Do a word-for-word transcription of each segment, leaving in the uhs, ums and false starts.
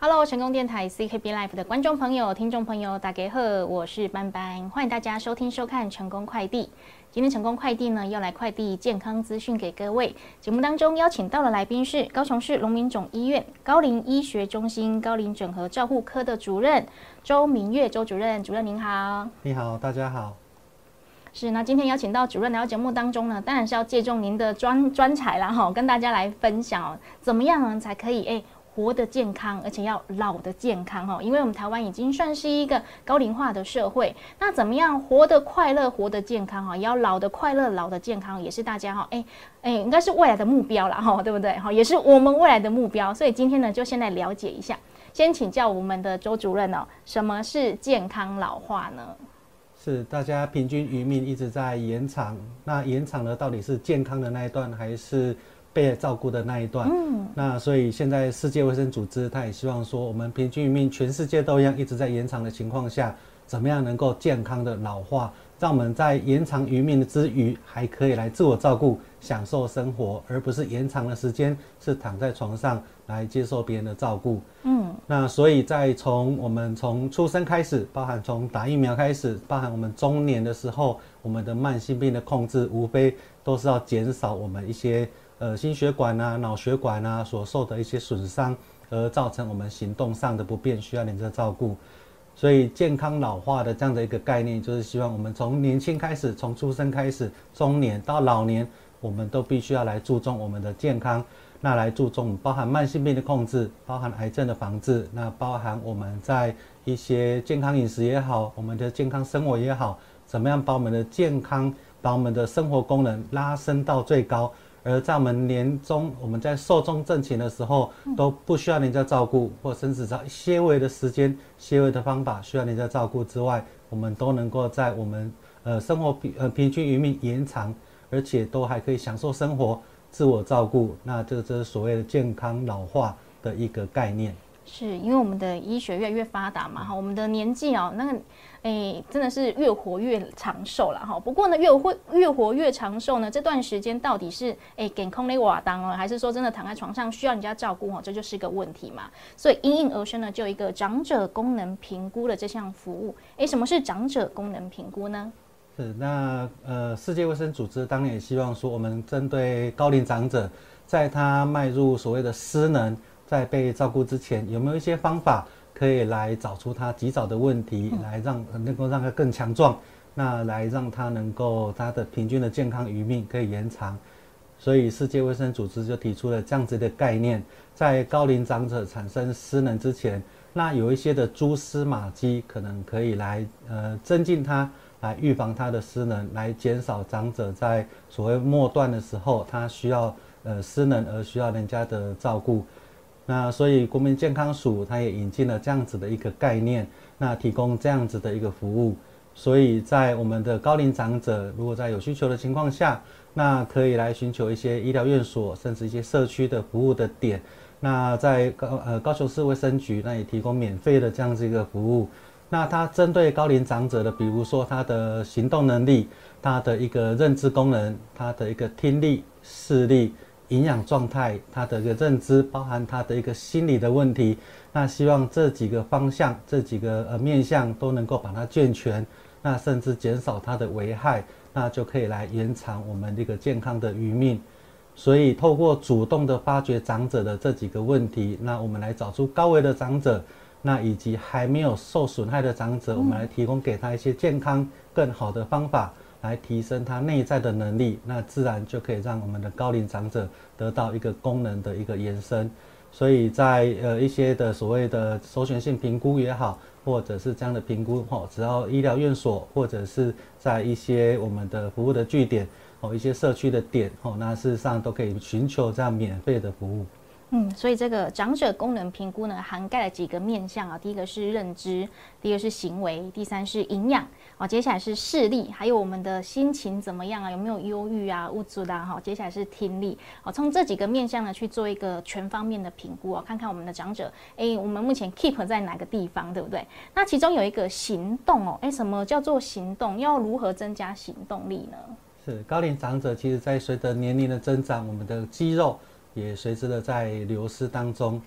Hello， 成功电台 C K B Life 的观众朋友、听众朋友，大家好，我是班班，欢迎大家收听收看成功快递。今天成功快递呢，要来快递健康资讯给各位。节目当中邀请到的来宾是高雄市荣民总医院高龄医学中心高龄整合照护科的主任周明月周主任，主任您好。 你好，大家好。 是，那今天邀请到主任来到节目当中呢，当然是要借重您的专专才啦，哈，跟大家来分享哦，怎么样呢才可以哎。欸活得健康，而且要老得健康哈，因为我们台湾已经算是一个高龄化的社会，那怎么样活得快乐、活得健康哈，也要老得快乐、老得健康，也是大家哈，哎哎，应该是未来的目标啦哈，对不对？哈，也是我们未来的目标。所以今天呢，就先来了解一下，先请教我们的周主任哦，什么是健康老化呢？ 是大家平均余命一直在延长，那延长的到底是健康的那一段，还是被照顾的那一段？嗯，那所以现在世界卫生组织它也希望说，我们平均余命全世界都一样一直在延长的情况下，怎么样能够健康的老化，让我们在延长余命之余，还可以来自我照顾、享受生活，而不是延长的时间是躺在床上来接受别人的照顾。嗯，那所以在从我们从出生开始，包含从打疫苗开始，包含我们中年的时候，我们的慢性病的控制，无非都是要减少我们一些呃，心血管啊、脑血管啊所受的一些损伤，而造成我们行动上的不便，需要人家照顾。所以健康老化的这样的一个概念，就是希望我们从年轻开始，从出生开始，中年到老年，我们都必须要来注重我们的健康。那来注重包含慢性病的控制，包含癌症的防治，那包含我们在一些健康饮食也好，我们的健康生活也好，怎么样把我们的健康，把我们的生活功能拉升到最高。而在我们年中，我们在寿终正寝的时候，都不需要人家照顾，或甚至在些微的时间、些微的方法需要人家照顾之外，我们都能够在我们呃生活平呃平均余命延长，而且都还可以享受生活、自我照顾。那这这是所谓的健康老化的一个概念。 是因为我们的医学越来越发达嘛，哈，我们的年纪哦，那个，哎，真的是越活越长寿了哈。不过呢，越活越活越长寿呢，这段时间到底是哎健康的瓦当哦，还是说真的躺在床上需要人家照顾哦，这就是一个问题嘛。所以因应而生呢，就有一个长者功能评估的这项服务。哎，什么是长者功能评估呢？ 是那呃，世界卫生组织当然也希望说，我们针对高龄长者，在他迈入所谓的失能，在被照顾之前，有没有一些方法可以来找出他及早的问题，嗯、来让能够让他更强壮，那来让他能够他的平均的健康余命可以延长。所以世界卫生组织就提出了这样子的概念，在高龄长者产生失能之前，那有一些的蛛丝马迹可能可以来呃增进他，来预防他的失能，来减少长者在所谓末段的时候，他需要呃失能而需要人家的照顾。那所以国民健康署它也引进了这样子的一个概念，那提供这样子的一个服务。所以在我们的高龄长者如果在有需求的情况下，那可以来寻求一些医疗院所，甚至一些社区的服务的点。那在高呃高雄市卫生局那也提供免费的这样子一个服务。那它针对高龄长者的，比如说他的行动能力，他的一个认知功能，他的一个听力、视力、营养状态，他的一个认知，包含他的一个心理的问题，那希望这几个方向、这几个呃面向都能够把它健全，那甚至减少它的危害，那就可以来延长我们这个健康的余命。所以透过主动的发掘长者的这几个问题，那我们来找出高危的长者，那以及还没有受损害的长者，我们来提供给他一些健康更好的方法，来提升他内在的能力，那自然就可以让我们的高龄长者得到一个功能的一个延伸。所以在呃一些的所谓的首选性评估也好，或者是这样的评估吼，只要医疗院所或者是在一些我们的服务的据点哦，一些社区的点哦，那事实上都可以寻求这样免费的服务。 嗯，所以这个长者功能评估呢，涵盖了几个面向啊。第一个是认知，第二个是行为，第三是营养，哦，接下来是视力，还有我们的心情怎么样啊？有没有忧郁啊、无助啊？哈，接下来是听力，哦，从这几个面向呢去做一个全方面的评估啊，看看我们的长者，哎，我们目前 keep 在哪个地方，对不对？那其中有一个行动哦，哎，什么叫做行动？要如何增加行动力呢？ 是高龄长者，其实在随着年龄的增长，我们的肌肉也随之的在流失当中。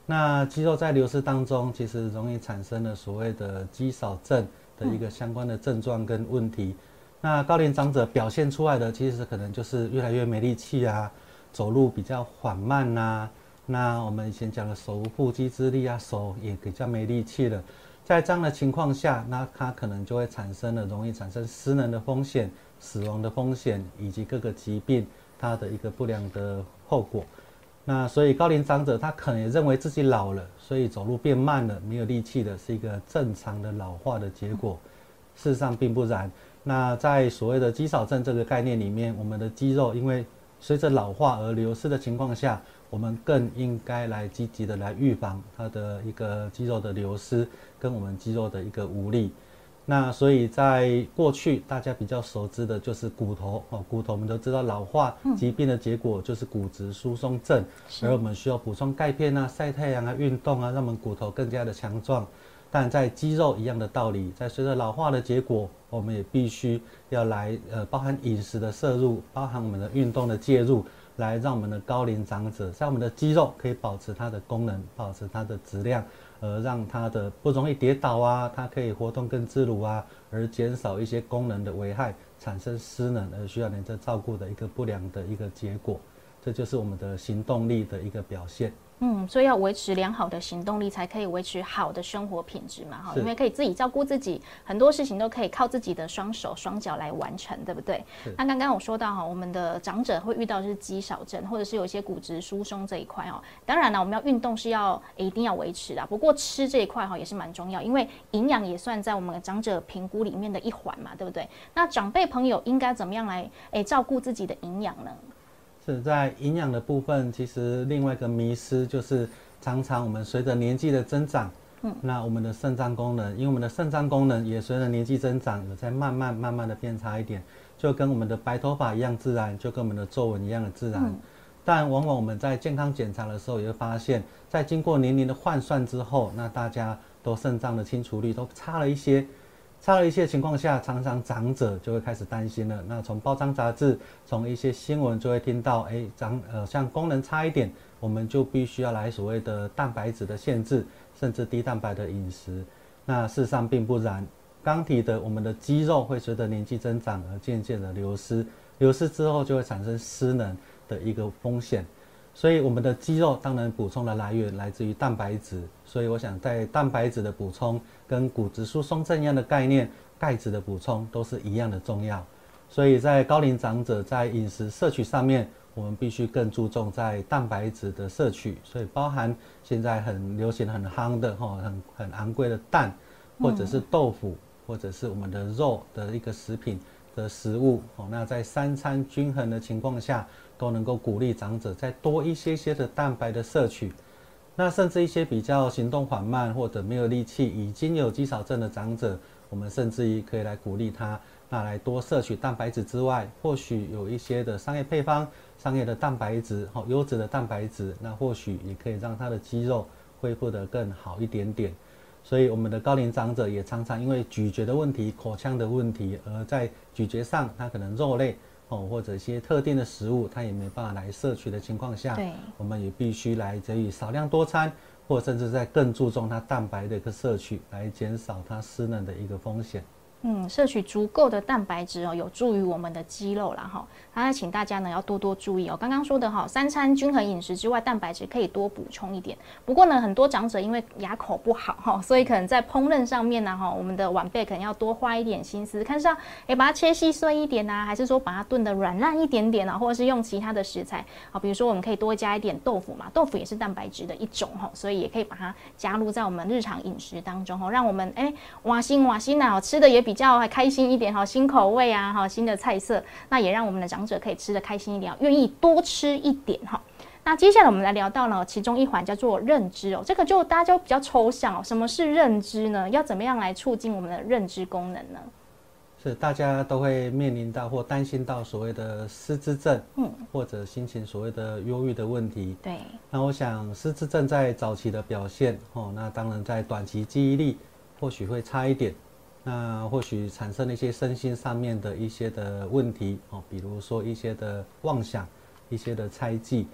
那肌肉在流失当中，其实容易产生了所谓的肌少症的一个相关的症状跟问题。嗯、那高龄长者表现出来的，其实可能就是越来越没力气啊，走路比较缓慢啊。那我们以前讲的手无缚鸡之力啊，手也比较没力气了。在这样的情况下，那它可能就会产生了容易产生失能的风险、死亡的风险，以及各个疾病它的一个不良的后果。那所以高龄长者他可能也认为自己老了，所以走路变慢了，没有力气了，是一个正常的老化的结果。事实上并不然。那在所谓的肌少症这个概念里面，我们的肌肉因为随着老化而流失的情况下，我们更应该来积极的来预防它的一个肌肉的流失跟我们肌肉的一个无力。那所以在过去大家比较熟知的就是骨头哦，骨头我们都知道老化疾病的结果就是骨质疏松症，而我们需要补充钙片啊、晒太阳啊、运动啊，让我们骨头更加的强壮。但在肌肉一样的道理，在随着老化的结果，我们也必须要来呃，包含饮食的摄入，包含我们的运动的介入，来让我们的高龄长者在我们的肌肉可以保持它的功能，保持它的质量，而让它的不容易跌倒啊，它可以活动更自如啊，而减少一些功能的危害，产生失能而需要人家照顾的一个不良的一个结果。这就是我们的行动力的一个表现。 嗯，所以要维持良好的行动力，才可以维持好的生活品质嘛，哈，因为可以自己照顾自己，很多事情都可以靠自己的双手双脚来完成，对不对？那刚刚我说到哈，我们的长者会遇到的是肌少症，或者是有一些骨质疏松这一块哦。当然了，我们要运动是要一定要维持的，不过吃这一块哈也是蛮重要，因为营养也算在我们长者评估里面的一环嘛，对不对？那长辈朋友应该怎么样来诶照顾自己的营养呢？ 是在营养的部分，其实另外一个迷思就是常常我们随着年纪的增长，嗯，那我们的肾脏功能，因为我们的肾脏功能也随着年纪增长有在慢慢慢慢的变差一点，就跟我们的白头发一样自然，就跟我们的皱纹一样的自然。嗯、但往往我们在健康检查的时候也会发现，在经过年龄的换算之后，那大家都肾脏的清除率都差了一些。差了一些情况下，常常长者就会开始担心了。那从报章杂志，从一些新闻就会听到，哎，长呃像功能差一点，我们就必须要来所谓的蛋白质的限制，甚至低蛋白的饮食。那事实上并不然，刚提的我们的肌肉会随着年纪增长而渐渐的流失，流失之后就会产生失能的一个风险。所以我们的肌肉当然补充的来源来自于蛋白质，所以我想在蛋白质的补充跟骨质疏松症一样的概念，钙质的补充都是一样的重要。所以在高龄长者在饮食摄取上面，我们必须更注重在蛋白质的摄取，所以包含现在很流行很夯的哈很很昂贵的蛋，或者是豆腐，或者是我们的肉的一个食品的食物哦。那在三餐均衡的情况下，都能够鼓励长者再多一些些的蛋白的摄取。那甚至一些比较行动缓慢或者没有力气，已经有肌少症的长者，我们甚至于可以来鼓励他，那来多摄取蛋白质之外，或许有一些的商业配方、商业的蛋白质、哦优质的蛋白质，那或许也可以让他的肌肉恢复得更好一点点。所以我们的高龄长者也常常因为咀嚼的问题、口腔的问题，而在咀嚼上，他可能肉类哦，或者一些特定的食物，它也没办法来摄取的情况下，对，我们也必须来给予少量多餐，或甚至在更注重它蛋白的一个摄取，来减少它失能的一个风险。 嗯，摄取足够的蛋白质哦，有助于我们的肌肉啦哈。那请大家呢要多多注意哦。刚刚说的哈，三餐均衡饮食之外，蛋白质可以多补充一点。不过呢，很多长者因为牙口不好哈，所以可能在烹饪上面呢哈，我们的晚辈可能要多花一点心思，看是要哎把它切细碎一点啊，还是说把它炖得软烂一点点啊，或者是用其他的食材啊，比如说我们可以多加一点豆腐嘛，豆腐也是蛋白质的一种哈，所以也可以把它加入在我们日常饮食当中哈，让我们哎哇心哇心啊，吃的也比较开心一点哈，新口味啊哈，新的菜色，那也让我们的长者可以吃得开心一点，愿意多吃一点哈。那接下来我们来聊到了其中一环叫做认知哦，这个就大家就比较抽象哦，什么是认知呢？要怎么样来促进我们的认知功能呢？ 是大家都会面临到或担心到所谓的失智症，嗯，或者心情所谓的忧郁的问题。 对， 那我想失智症在早期的表现哦，那当然在短期记忆力或许会差一点。那或许产生了一些身心上面的一些的问题哦，比如说一些的妄想、一些的猜忌。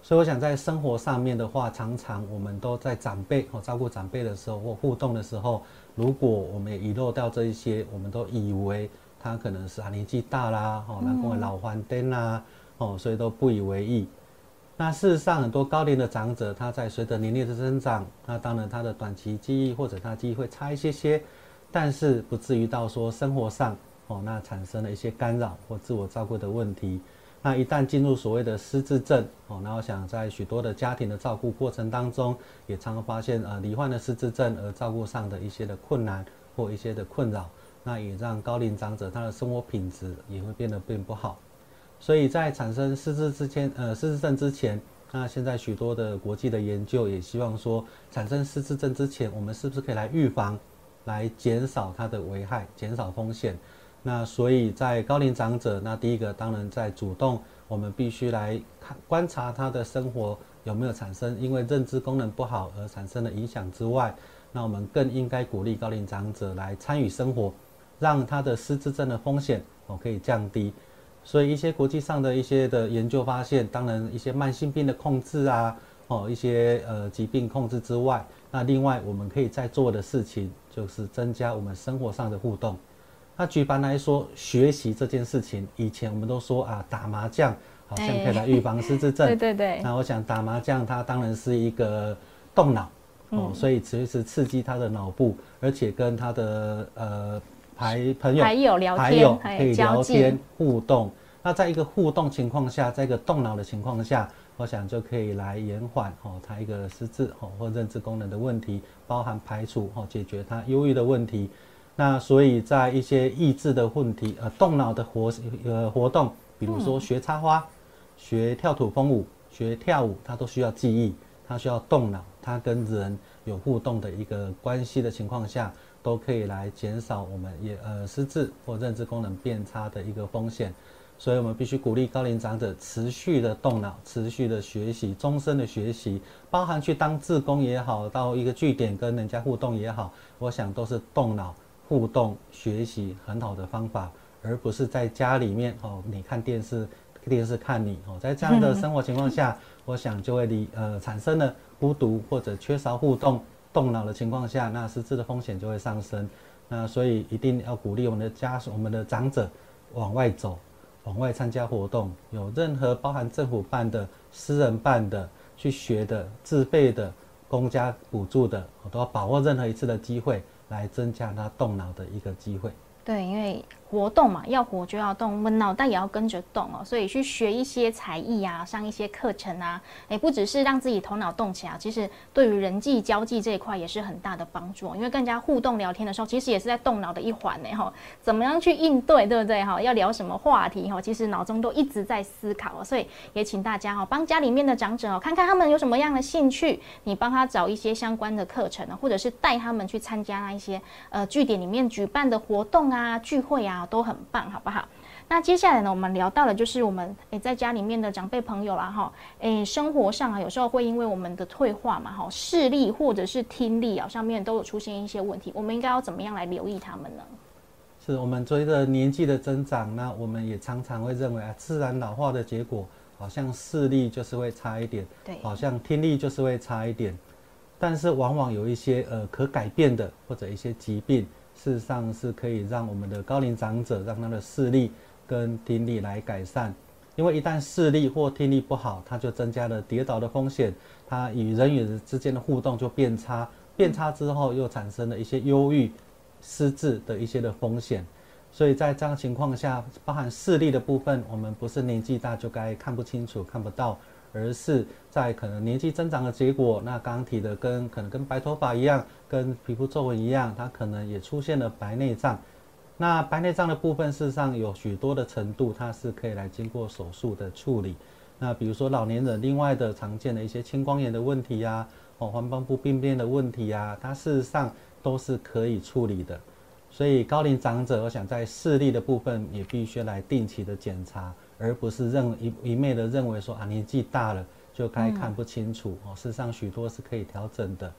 所以我想在生活上面的话，常常我们都在长辈哦照顾长辈的时候或互动的时候，如果我们也遗漏掉这一些，我们都以为他可能是啊年纪大啦，哦，然后老还灯啦，哦，所以都不以为意。那事实上，很多高龄的长者，他在随着年龄的增长，那当然他的短期记忆或者他记忆会差一些些，但是不至于到说生活上哦，那产生了一些干扰或自我照顾的问题。那一旦进入所谓的失智症哦，那我想在许多的家庭的照顾过程当中，也常常发现呃罹患了失智症而照顾上的一些的困难或一些的困扰，那也让高龄长者他的生活品质也会变得变不好。所以在产生失智之前，呃失智症之前，那现在许多的国际的研究也希望说，产生失智症之前，我们是不是可以来预防，来减少它的危害，减少风险。那所以在高龄长者，那第一个当然在主动，我们必须来看观察他的生活有没有产生因为认知功能不好而产生的影响之外，那我们更应该鼓励高龄长者来参与生活，让他的失智症的风险哦可以降低。所以一些国际上的一些的研究发现，当然一些慢性病的控制啊，哦一些呃疾病控制之外，那另外我们可以再做的事情就是增加我们生活上的互动。那举凡来说，学习这件事情，以前我们都说啊，打麻将好像可以来预防失智症。 对对对。 那我想打麻将它当然是一个动脑哦， 嗯、 所以随时刺激他的脑部，而且跟他的呃排朋友还有聊天， 还有可以聊天天互动。那在一个互动情况下，在一个动脑的情况下，我想就可以来延缓哦他一个失智哦或认知功能的问题，包含排除哦解决他忧郁的问题。那所以在一些益智的问题，呃，动脑的活呃活动，比如说学插花、嗯、学跳土风舞、学跳舞，它都需要记忆，它需要动脑，它跟人有互动的一个关系的情况下，都可以来减少我们也呃失智或认知功能变差的一个风险。所以我们必须鼓励高龄长者持续的动脑，持续的学习，终身的学习，包含去当志工也好，到一个据点跟人家互动也好，我想都是动脑。互动学习很好的方法，而不是在家里面哦，你看电视，电视看你哦，在这样的生活情况下，我想就会离呃产生了孤独或者缺少互动、动脑的情况下，那失智的风险就会上升。那所以一定要鼓励我们的家属、我们的长者往外走，往外参加活动，有任何包含政府办的、私人办的、去学的、自费的、公家补助的，我都要把握任何一次的机会。来增加他动脑的一个机会。 对，因为活动嘛，要活就要动，我们脑袋也要跟着动哦。所以去学一些才艺啊，上一些课程啊，哎，不只是让自己头脑动起来，其实对于人际交际这一块也是很大的帮助。因为跟人家互动聊天的时候，其实也是在动脑的一环呢哈。怎么样去应对，对不对哈？要聊什么话题哈？其实脑中都一直在思考哦。所以也请大家哈，帮家里面的长者哦，看看他们有什么样的兴趣，你帮他找一些相关的课程啊，或者是带他们去参加那一些呃据点里面举办的活动啊、聚会啊。都很棒，好不好？那接下来呢，我们聊到了就是我们诶在家里面的长辈朋友啦，哈，诶生活上啊，有时候会因为我们的退化嘛，哈，视力或者是听力啊上面都有出现一些问题，我们应该要怎么样来留意他们呢？ 是我们随着年纪的增长，那我们也常常会认为啊，自然老化的结果，好像视力就是会差一点， 对， 好像听力就是会差一点，但是往往有一些呃可改变的或者一些疾病。事实上是可以让我们的高龄长者让他的视力跟听力来改善，因为一旦视力或听力不好，它就增加了跌倒的风险，它与人与人之间的互动就变差，变差之后又产生了一些忧郁、失智的一些的风险。所以在这样的情况下，包含视力的部分，我们不是年纪大就该看不清楚、看不到，而是在可能年纪增长的结果，那刚刚提的跟可能跟白头发一样，跟皮肤皱纹一样，它可能也出现了白内障。那白内障的部分，事实上有许多的程度，它是可以来经过手术的处理。那比如说老年人另外的常见的一些青光眼的问题啊，哦黄斑部病变的问题啊，它事实上都是可以处理的。所以高龄长者，我想在视力的部分也必须来定期的检查，而不是认一一昧的认为说啊年纪大了就该看不清楚、嗯、哦，事实上许多是可以调整的。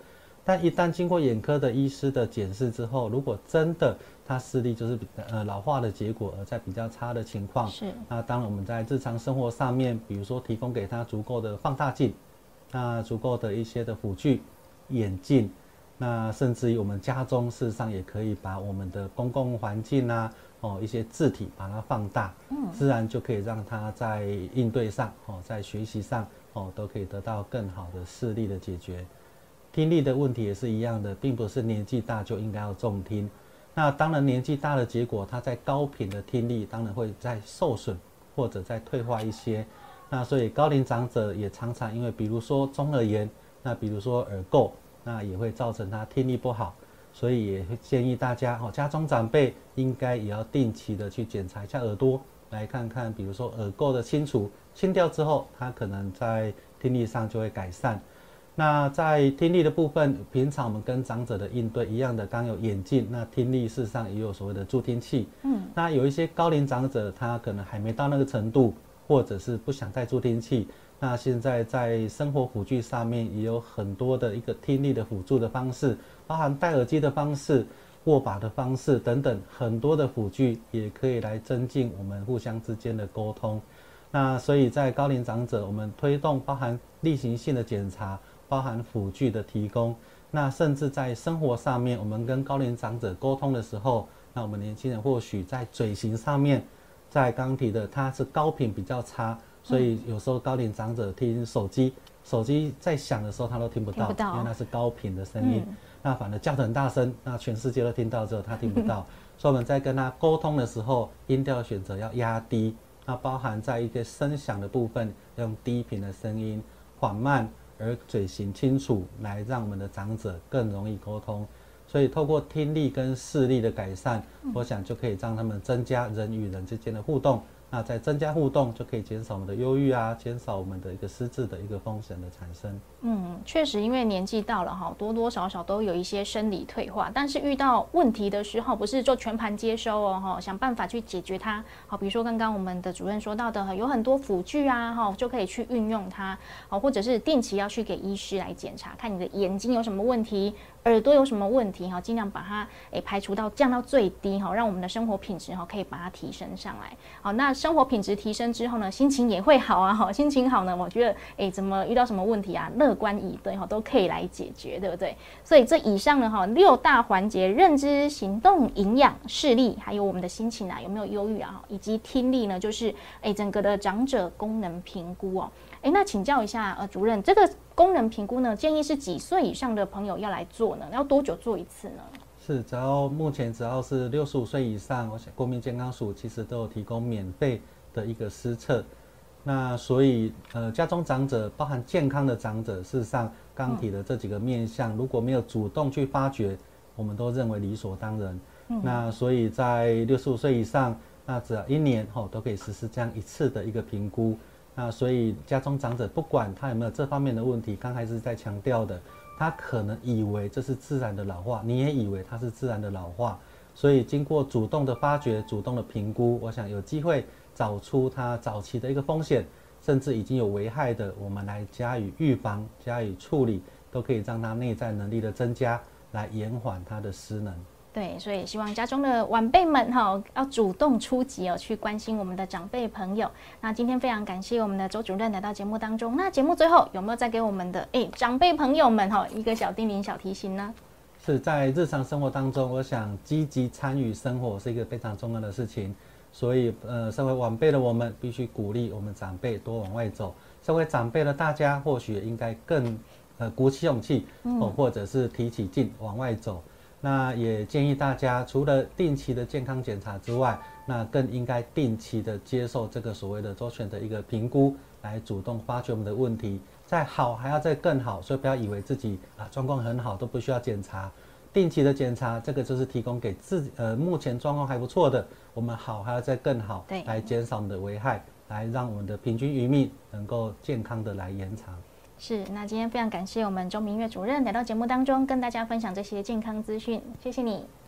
但一旦经过眼科的医师的检视之后，如果真的他视力就是呃老化的结果，而在比较差的情况， 是那当然我们在日常生活上面，比如说提供给他足够的放大镜，那足够的一些的辅具、眼镜，那甚至于我们家中事实上也可以把我们的公共环境啊，哦一些字体把它放大，嗯，自然就可以让他在应对上，哦在学习上，哦都可以得到更好的视力的解决。听力的问题也是一样的，并不是年纪大就应该要重听。那当然年纪大的结果，他在高频的听力当然会再受损或者再退化一些。那所以高龄长者也常常因为比如说中耳炎，那比如说耳垢，那也会造成他听力不好。所以也建议大家，哦，家中长辈应该也要定期的去检查一下耳朵，来看看比如说耳垢的清除，清掉之后，他可能在听力上就会改善。那在听力的部分，平常我们跟长者的应对一样的，刚有眼镜，那听力事实上也有所谓的助听器。嗯，那有一些高龄长者，他可能还没到那个程度，或者是不想戴助听器。那现在在生活辅具上面也有很多的一个听力的辅助的方式，包含戴耳机的方式、握把的方式等等，很多的辅具也可以来增进我们互相之间的沟通。那所以在高龄长者，我们推动包含例行性的检查，包含辅具的提供，那甚至在生活上面，我们跟高龄长者沟通的时候，那我们年轻人或许在嘴型上面，在刚提的它是高频比较差，所以有时候高龄长者听手机，手机在响的时候他都听不到， 听不到因为那是高频的声音。嗯、那反而叫得很大声，那全世界都听到之后他听不到，所以我们在跟他沟通的时候，音调选择要压低，那包含在一个声响的部分，用低频的声音，缓慢。而嘴型清楚，来让我们的长者更容易沟通。所以透过听力跟视力的改善，嗯、我想就可以让他们增加人与人之间的互动。那在增加互动，就可以减少我们的忧郁啊，减少我们的一个失智的一个风险的产生。 嗯，确实，因为年纪到了哈，多多少少都有一些生理退化，但是遇到问题的时候，不是就全盘接收哦哈，想办法去解决它。好，比如说刚刚我们的主任说到的，有很多辅具啊哈，就可以去运用它，好，或者是定期要去给医师来检查，看你的眼睛有什么问题。耳朵有什么问题哈，尽量把它诶排除到降到最低哈，让我们的生活品质哈可以把它提升上来。好，那生活品质提升之后呢，心情也会好啊哈，心情好呢，我觉得诶怎么遇到什么问题啊，乐观以对哈都可以来解决，对不对？所以这以上呢哈六大环节：认知、行动、营养、视力，还有我们的心情啊有没有忧郁啊，以及听力呢，就是诶整个的长者功能评估哦。哎，那请教一下，呃，主任，这个功能评估呢，建议是几岁以上的朋友要来做呢？要多久做一次呢？ 是，只要目前只要是六十五岁以上，我想国民健康署其实都有提供免费的一个施测。那所以，呃，家中长者，包含健康的长者，事实上刚提的这几个面向，嗯、如果没有主动去发掘，我们都认为理所当然。嗯、那所以在六十五岁以上，那只要一年后、哦、都可以实施这样一次的一个评估。那所以家中长者不管他有没有这方面的问题，刚才是在强调的，他可能以为这是自然的老化，你也以为它是自然的老化，所以经过主动的发掘、主动的评估，我想有机会找出他早期的一个风险，甚至已经有危害的，我们来加以预防、加以处理，都可以让他内在能力的增加，来延缓他的失能。 对，所以希望家中的晚辈们哈，要主动出击哦，去关心我们的长辈朋友。那今天非常感谢我们的周主任来到节目当中。那节目最后有没有再给我们的哎长辈朋友们哈一个小叮咛、小提醒呢？ 是在日常生活当中，我想积极参与生活是一个非常重要的事情。所以呃，身为晚辈的我们，必须鼓励我们长辈多往外走。身为长辈的大家，或许应该更呃鼓起勇气，哦，或者是提起劲往外走。那也建议大家，除了定期的健康检查之外，那更应该定期的接受这个所谓的周全的一个评估，来主动发掘我们的问题。再好还要再更好，所以不要以为自己啊状况很好都不需要检查。定期的检查，这个就是提供给自己呃目前状况还不错的，我们好还要再更好，来减少我们的危害，来让我们的平均余命能够健康的来延长。 是，那今天非常感谢我们周明月主任来到节目当中，跟大家分享这些健康资讯，谢谢你。